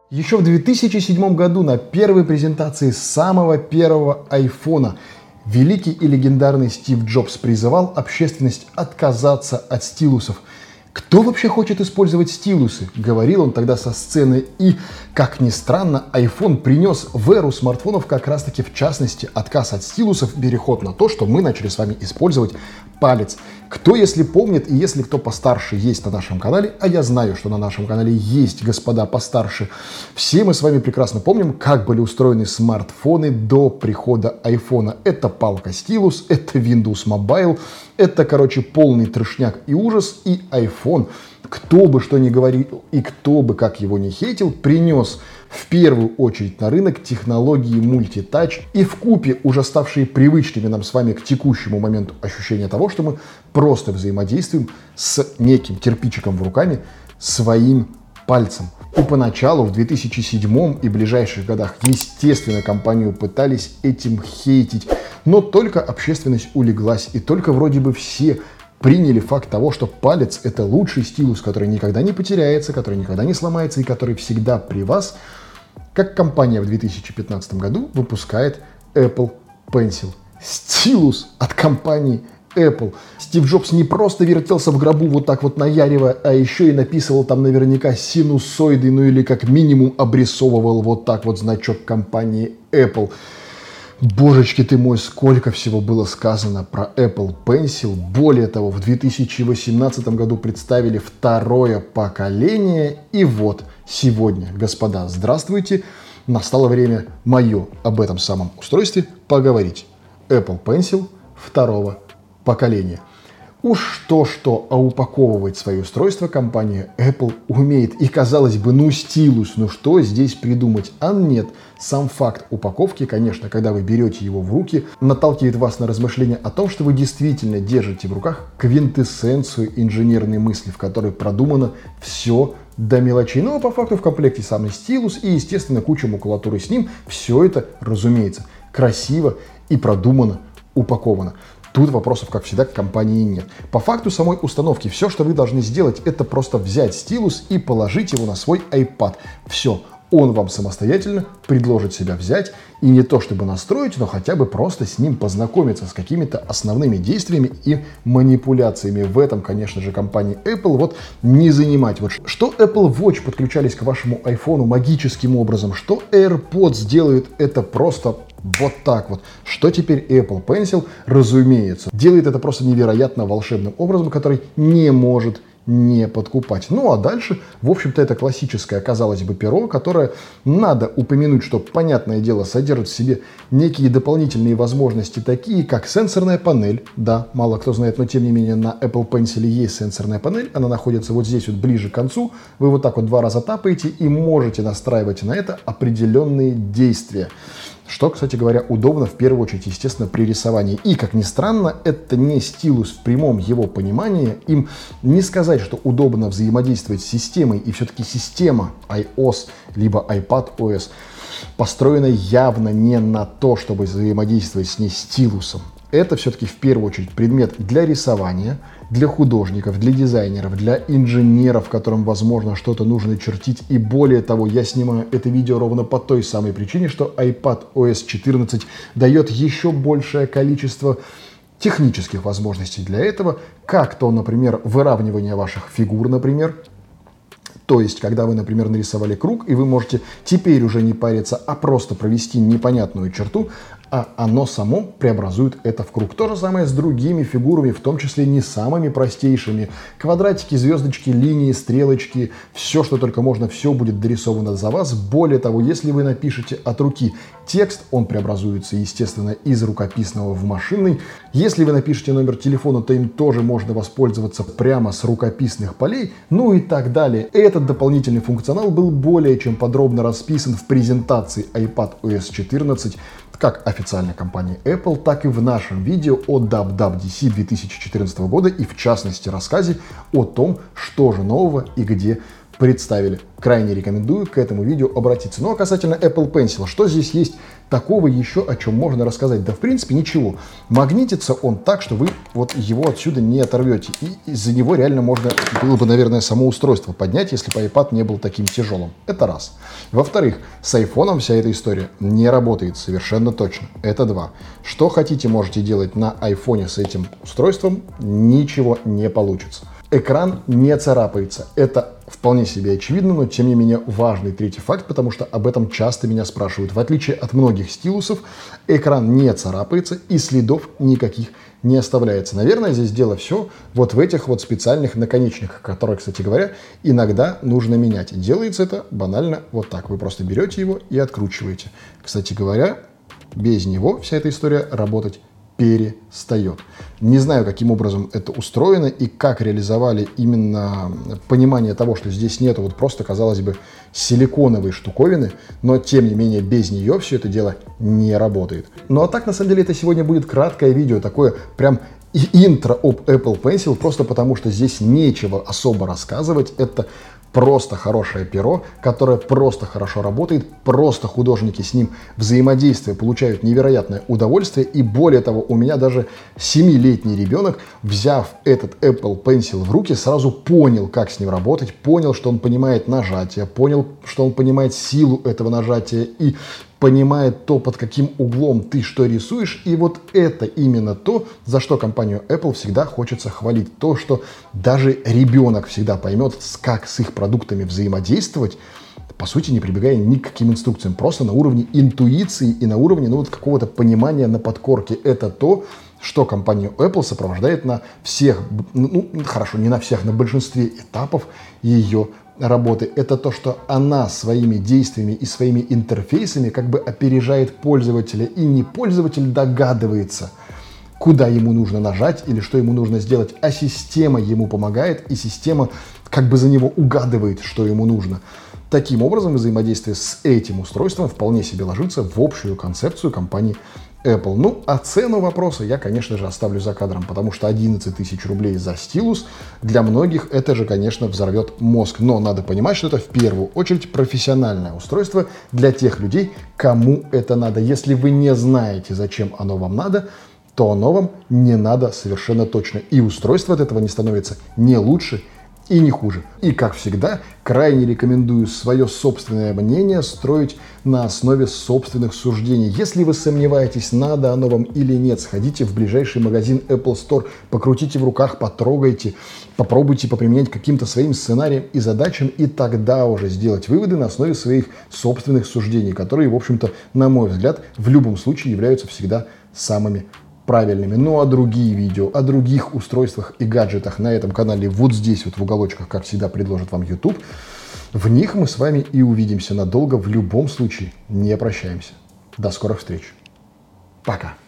Еще в 2007 году на первой презентации самого первого айфона великий и легендарный Стив Джобс призывал общественность отказаться от стилусов. Кто вообще хочет использовать стилусы? Говорил он тогда со сцены. И, как ни странно, iPhone принес в эру смартфонов как раз-таки в частности отказ от стилусов, переход на то, что мы начали с вами использовать палец. Кто, если помнит, и если кто постарше есть на нашем канале, а я знаю, что на нашем канале есть господа постарше, все мы с вами прекрасно помним, как были устроены смартфоны до прихода айфона. Это палка-стилус, это Windows Mobile, это, короче, полный трешняк и ужас, и iPhone, кто бы что ни говорил и кто бы как его ни хейтил, принес в первую очередь на рынок технологии мультитач и вкупе уже ставшие привычными нам с вами к текущему моменту ощущения того, что мы просто взаимодействуем с неким кирпичиком в руками своим пальцем. И поначалу, в 2007 и ближайших годах, естественно, компанию пытались этим хейтить, но только общественность улеглась, и только вроде бы все приняли факт того, что палец — это лучший стилус, который никогда не потеряется, который никогда не сломается и который всегда при вас, как компания в 2015 году выпускает Apple Pencil. Стилус от компании Apple. Стив Джобс не просто вертелся в гробу вот так вот наяривая, а еще и написывал там наверняка синусоиды, ну или как минимум обрисовывал вот так вот значок компании Apple. Божечки ты мой, сколько всего было сказано про Apple Pencil. Более того, в 2018 году представили второе поколение. И вот сегодня, господа, здравствуйте, настало время мое об этом самом устройстве поговорить. Apple Pencil второго поколения. Уж что-что, а упаковывать свои устройства компания Apple умеет. И, казалось бы, ну стилус, ну что здесь придумать? А нет, сам факт упаковки, конечно, когда вы берете его в руки, наталкивает вас на размышления о том, что вы действительно держите в руках квинтэссенцию инженерной мысли, в которой продумано все до мелочей. Ну а по факту в комплекте самый стилус и, естественно, куча макулатуры с ним. Все это, разумеется, красиво и продумано, упаковано. Тут вопросов, как всегда, к компании нет. По факту самой установки все, что вы должны сделать, это просто взять стилус и положить его на свой iPad. Все. Он вам самостоятельно предложит себя взять и не то чтобы настроить, но хотя бы просто с ним познакомиться, с какими-то основными действиями и манипуляциями. В этом, конечно же, компании Apple вот не занимать. Вот что Apple Watch подключались к вашему iPhone магическим образом, что AirPods делают это просто вот так вот. Что теперь Apple Pencil, разумеется, делает это просто невероятно волшебным образом, который не может не подкупать. Ну а дальше, в общем-то, это классическое, казалось бы, перо, которое надо упомянуть, что, понятное дело, содержит в себе некие дополнительные возможности, такие как сенсорная панель. Да, мало кто знает, но тем не менее на Apple Pencil есть сенсорная панель. Она находится вот здесь вот ближе к концу. Вы вот так вот два раза тапаете и можете настраивать на это определенные действия. Что, кстати говоря, удобно в первую очередь, естественно, при рисовании. И, как ни странно, это не стилус в прямом его понимании. Им не сказать, что удобно взаимодействовать с системой. И все-таки система iOS, либо iPadOS построена явно не на то, чтобы взаимодействовать с ней стилусом. Это все-таки в первую очередь предмет для рисования, для художников, для дизайнеров, для инженеров, которым, возможно, что-то нужно чертить. И более того, я снимаю это видео ровно по той самой причине, что iPadOS 14 дает еще большее количество технических возможностей для этого, как то, например, выравнивание ваших фигур, например. То есть, когда вы, например, нарисовали круг, и вы можете теперь уже не париться, а просто провести непонятную черту, а оно само преобразует это в круг. То же самое с другими фигурами, в том числе не самыми простейшими. Квадратики, звездочки, линии, стрелочки, все, что только можно, все будет дорисовано за вас. Более того, если вы напишете от руки текст, он преобразуется, естественно, из рукописного в машинный. Если вы напишете номер телефона, то им тоже можно воспользоваться прямо с рукописных полей, ну и так далее. Этот дополнительный функционал был более чем подробно расписан в презентации iPadOS 14, как официальной компании Apple, так и в нашем видео о WWDC 2014 года и в частности рассказе о том, что же нового и где представили. Крайне рекомендую к этому видео обратиться. Ну а касательно Apple Pencil, что здесь есть такого еще, о чем можно рассказать? Да в принципе ничего. Магнитится он так, что вы вот его отсюда не оторвете. И из-за него реально можно было бы, наверное, само устройство поднять, если бы iPad не был таким тяжелым. Это раз. Во-вторых, с айфоном вся эта история не работает совершенно точно. Это два. Что хотите, можете делать на айфоне с этим устройством, ничего не получится. Экран не царапается. Это вполне себе очевидно, но тем не менее важный третий факт, потому что об этом часто меня спрашивают. В отличие от многих стилусов, экран не царапается и следов никаких не оставляется. Наверное, здесь дело все вот в этих вот специальных наконечниках, которые, кстати говоря, иногда нужно менять. Делается это банально вот так. Вы просто берете его и откручиваете. Кстати говоря, без него вся эта история работать перестает. Не знаю, каким образом это устроено и как реализовали именно понимание того, что здесь нету вот просто, казалось бы, силиконовой штуковины, но тем не менее без нее все это дело не работает. Ну а так, на самом деле, это сегодня будет краткое видео, такое прям интро об Apple Pencil, просто потому что здесь нечего особо рассказывать. Это просто хорошее перо, которое просто хорошо работает, просто художники с ним взаимодействия получают невероятное удовольствие. И более того, у меня даже 7-летний ребенок, взяв этот Apple Pencil в руки, сразу понял, как с ним работать, понял, что он понимает нажатие, понял, что он понимает силу этого нажатия и понимает то, под каким углом ты что рисуешь. И вот это именно то, за что компанию Apple всегда хочется хвалить. То, что даже ребенок всегда поймет, как с их продуктами взаимодействовать, по сути, не прибегая ни к каким инструкциям, просто на уровне интуиции и на уровне вот какого-то понимания на подкорке. Это то, что компанию Apple сопровождает на всех, ну хорошо, не на всех, на большинстве этапов ее работы. Это то, что она своими действиями и своими интерфейсами как бы опережает пользователя, и не пользователь догадывается, куда ему нужно нажать или что ему нужно сделать, а система ему помогает, и система как бы за него угадывает, что ему нужно. Таким образом, взаимодействие с этим устройством вполне себе ложится в общую концепцию компании Apple. Ну, а цену вопроса я, конечно же, оставлю за кадром, потому что 11 тысяч рублей за стилус для многих это же, конечно, взорвет мозг. Но надо понимать, что это в первую очередь профессиональное устройство для тех людей, кому это надо. Если вы не знаете, зачем оно вам надо, то оно вам не надо совершенно точно. И устройство от этого не становится ни лучше и не хуже. И, как всегда, крайне рекомендую свое собственное мнение строить на основе собственных суждений. Если вы сомневаетесь, надо оно вам или нет, сходите в ближайший магазин Apple Store, покрутите в руках, потрогайте, попробуйте поприменять каким-то своим сценариям и задачам, и тогда уже сделать выводы на основе своих собственных суждений, которые, в общем-то, на мой взгляд, в любом случае являются всегда самыми правильными. Ну а другие видео о других устройствах и гаджетах на этом канале вот здесь вот в уголочках, как всегда, предложит вам YouTube. В них мы с вами и увидимся надолго. В любом случае не прощаемся. До скорых встреч. Пока.